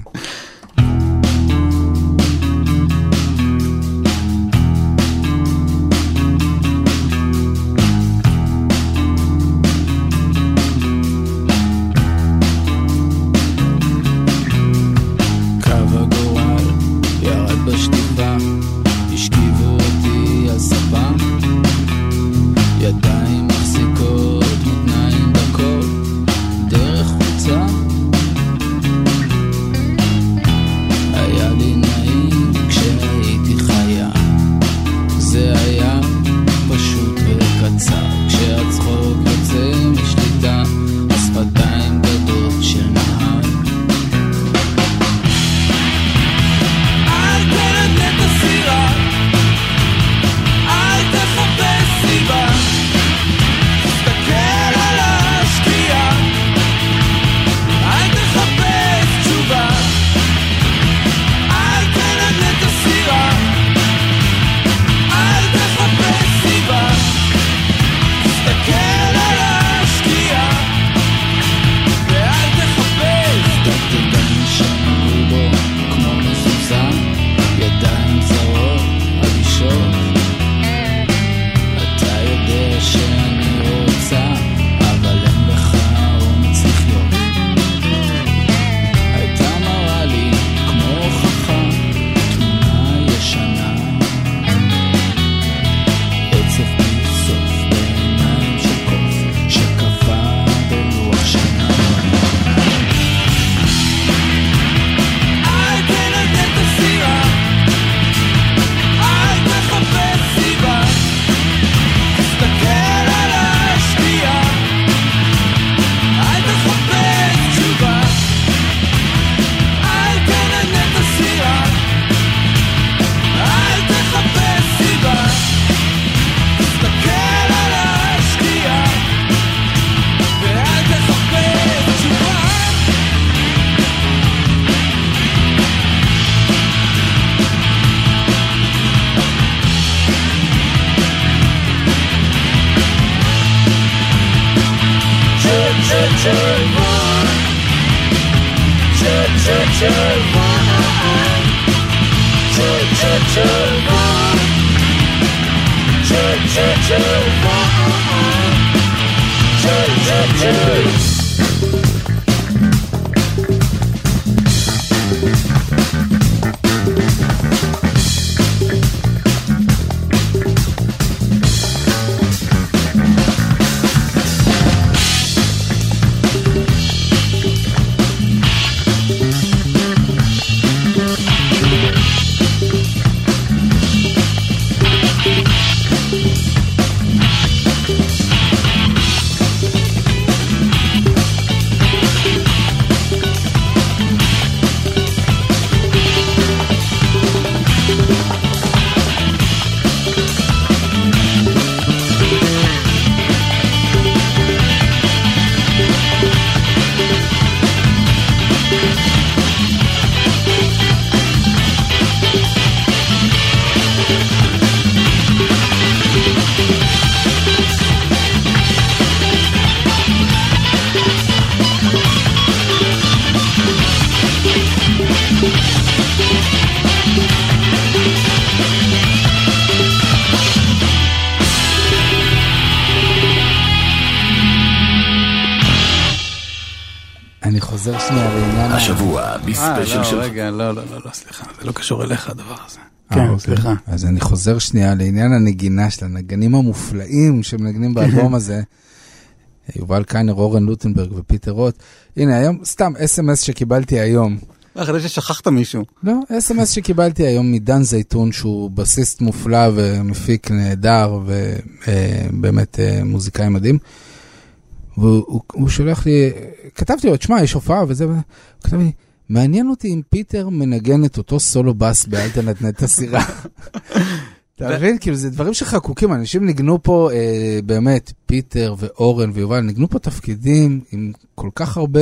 אני חוזר שנייה לעניין... השבוע, בספיישל שלך. רגע, לא, סליחה, זה לא קשור אליך הדבר הזה. כן, סליחה. אז אני חוזר שנייה לעניין הנגינה של הנגנים המופלאים שמנגנים באלבום הזה. יובל קיינר, אורן לוטנברג ופיטר רוט. הנה, היום, סתם SMS שקיבלתי היום. אחרי ששכחת מישהו. לא, SMS שקיבלתי היום מדן זייתון, שהוא בסיסט מופלא ומפיק נהדר, ובאמת מוזיקאי מדהים. והוא שולח לי, כתבתי לו, תשמע, יש הופעה וזה, הוא כתב לי, מעניין אותי אם פיטר מנגן את אותו סולו בס באלטרנט הסירה. אתה מבין? כאילו זה דברים שחקוקים, אנשים ניגנו פה באמת, פיטר ואורן ויובל, ניגנו פה תפקידים עם כל כך הרבה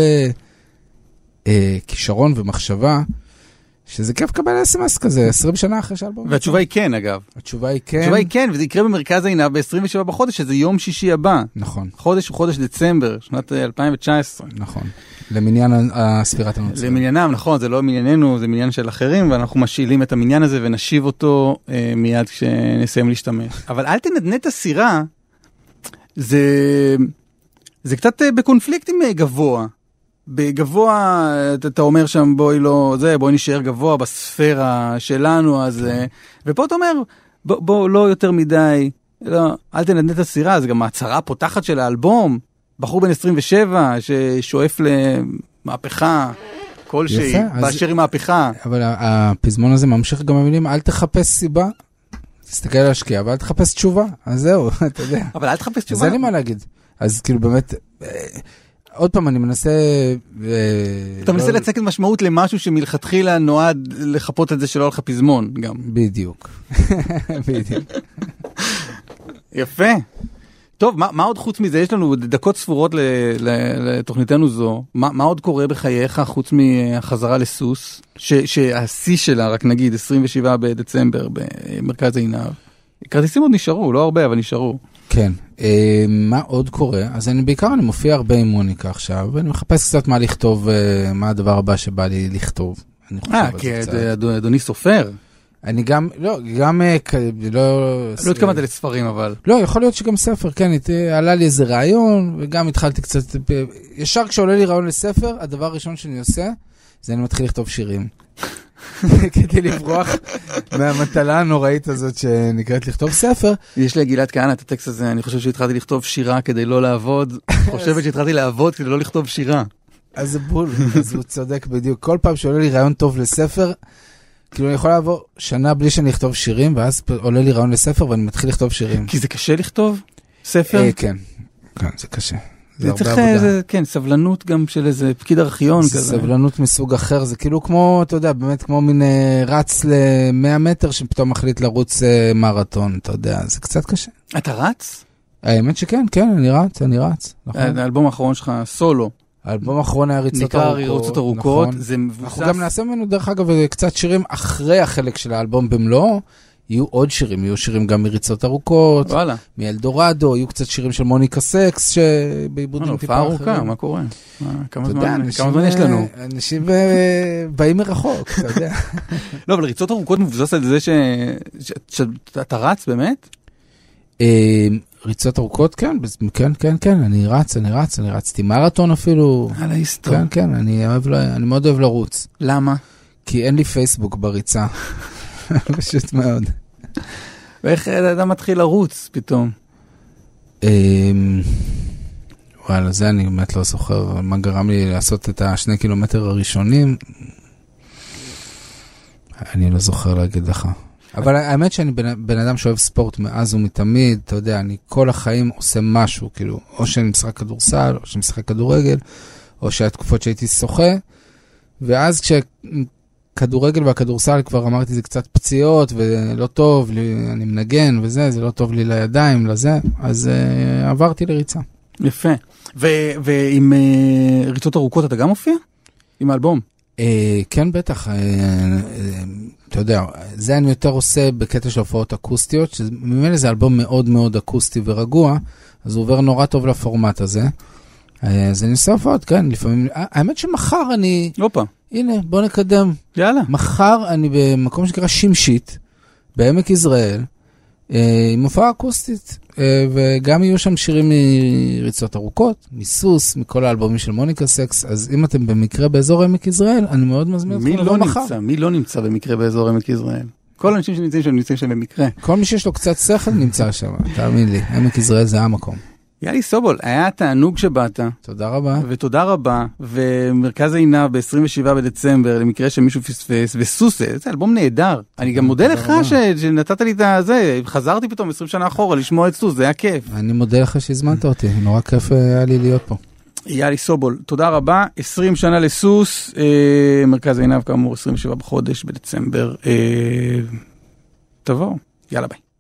כישרון ומחשבה, שזה כיף לקבל SMS כזה, 20 שנה אחרי שאלבום. והתשובה היא כן, אגב. התשובה היא כן. התשובה היא כן, וזה יקרה במרכז העינב ב-27 בחודש, שזה יום שישי הבא. נכון. חודש הוא חודש דצמבר, שנת 2019. נכון. למניין הספירת הנוצרים. למניינם, נכון, זה לא מנייננו, זה מניין של אחרים, ואנחנו משאילים את המניין הזה ונשיב אותו מיד כשנסיים להשתמש. אבל אל תנדנד הסירה, זה קצת בקונפליקט עם גבוה. בגבוה, אתה אומר שם, בואי נשאר גבוה בספירה שלנו, אז, ופה אתה אומר, בוא לא יותר מדי, לא, אל תנדנד את הסירה, זה גם ההצהרה הפותחת של האלבום, בחור בן 27, ששואף למהפכה כלשהי, באשר עם מהפכה. אבל הפזמון הזה ממשיך גם במילים, אל תחפש סיבה, תסתכל על השקיעה, אבל אל תחפש תשובה, אז זהו, אתה יודע. אבל אל תחפש תשובה. זה אין לי מה להגיד. אז כאילו באמת... עוד פעם, אני מנסה... אתה מנסה לצקת משמעות למשהו שמלכתחילה נועד לחפות את זה שלא הולך פזמון, גם. בדיוק. בדיוק. יפה. טוב, מה עוד חוץ מזה? יש לנו דקות ספורות לתוכניתנו זו. מה עוד קורה בחייך חוץ מהחזרה לסוס? שהשיא שלה, רק נגיד, 27 בדצמבר במרכז העינב. כרטיסים עוד נשארו, לא הרבה, אבל נשארו. כן. מה עוד קורה? אז בעיקר אני מופיע הרבה עם מוניקה עכשיו, ואני מחפש קצת מה לכתוב, מה הדבר הבא שבא לי לכתוב. כי אדוני סופר. אני גם, לא התכוונת לספרים, אבל. לא, יכול להיות שגם ספר, כן, עלה לי איזה רעיון, וגם התחלתי קצת, ישר כשעולה לי רעיון לספר, הדבר הראשון שאני עושה, זה אני מתחיל לכתוב שירים. כדי לברוח מהמטלה הנוראית הזאת שנקראת לכתוב ספר. יש לי גלעד כהנא את הטקסט הזה, אני חושב שהתחלתי לכתוב שירה כדי לא לעבוד, חושבת שהתחלתי לעבוד כדי לא לכתוב שירה. אז זה בול, אז הוא צודק בדיוק. כל פעם שעולה לי רעיון טוב לספר, כאילו אני יכול לעבור שנה בלי שאני אכתוב שירים, ואז עולה לי רעיון לספר ואני מתחיל לכתוב שירים. כי זה קשה לכתוב ספר? כן, זה קשה. זה צריך, כן, סבלנות גם של איזה פקיד ארכיון כזה. סבלנות מסוג אחר, זה כאילו כמו, אתה יודע, באמת כמו מין רץ ל-100 מטר שפתאום מחליט לרוץ מרתון, אתה יודע, זה קצת קשה. אתה רץ? האמת שכן, אני רץ. האלבום האחרון שלך, סולו. האלבום האחרון היה ריצות ארוכות. זה מבוסס. אנחנו גם נעשה ממנו, דרך אגב, קצת שירים אחרי החלק של האלבום במלואו, יהיו עוד שירים, יהיו שירים גם מריצות ארוכות, וואלה. מאלדורדו, יהיו קצת שירים של מוניקה סקס, שבעיבודים טיפה אחרים. הופעה ארוכה, מה קורה? כמה זמן יש לנו? אנשים באים מרחוק, אתה יודע. לא, אבל ריצות ארוכות מבוסס על זה שאתה רץ באמת? ריצות ארוכות, כן, אני רצתי מרתון אפילו. על ההיסטור. כן, אני מאוד אוהב לרוץ. למה? כי אין לי פייסבוק בריצה. פשוט מאוד. ואיך אתה מתחיל לרוץ פתאום? וואלה, זה אני באמת לא זוכר. מה גרם לי לעשות את 2 קילומטר הראשונים? אני לא זוכר להגיד לך. אבל האמת שאני בן אדם שאוהב ספורט מאז ומתמיד, אתה יודע, אני כל החיים עושה משהו, כאילו, או שאני משחק כדורסל, או שאני משחק כדורגל, או שהתקופות שהייתי שוחה, ואז כדורגל והכדורסל כבר אמרתי זה קצת פציעות ולא טוב, אני מנגן וזה, זה לא טוב לי לידיים, לזה, אז עברתי לריצה. יפה. ועם ריצות ארוכות אתה גם מופיע? עם האלבום? כן, בטח. אתה יודע, זה אני יותר עושה בקטע של הופעות אקוסטיות, שממילא זה אלבום מאוד מאוד אקוסטי ורגוע, אז הוא עובר נורא טוב לפורמט הזה. אז אני עושה הופעות, כן, לפעמים, האמת שמחר אני... אופה. הנה, בוא נקדם. יאללה. מחר אני במקום שקרא שמשית, בעמק יזרעאל, עם הופעה אקוסטית, וגם יהיו שם שירים מריצות ארוכות, מסוס, מכל האלבומים של מוניקה סקס, אז אם אתם במקרה באזור עמק יזרעאל, אני מאוד מזמין אתכם לבוא מחר. מי לא נמצא במקרה באזור עמק יזרעאל? כל האנשים שנמצאים שם נמצאים שם במקרה. כל מי שיש לו קצת שכל נמצא שם, תאמין לי, עמק יזרעאל זה המקום. יאלי סובול, היה תענוג שבאת. תודה רבה. ותודה רבה, ומרכז עיניו ב-27 בדצמבר, למקרה שמישהו פספס, וסוסה, זה אלבום נהדר. אני גם מודה לך שנתת לי את זה, חזרתי פתאום 20 שנה אחורה לשמוע את סוס, זה היה כיף. אני מודה לך שהזמנת אותי, נורא כיף היה לי להיות פה. יאלי סובול, תודה רבה, 20 שנה לסוס, מרכז עיניו כאמור 27 בחודש בדצמבר, תבואו, יאללה ביי.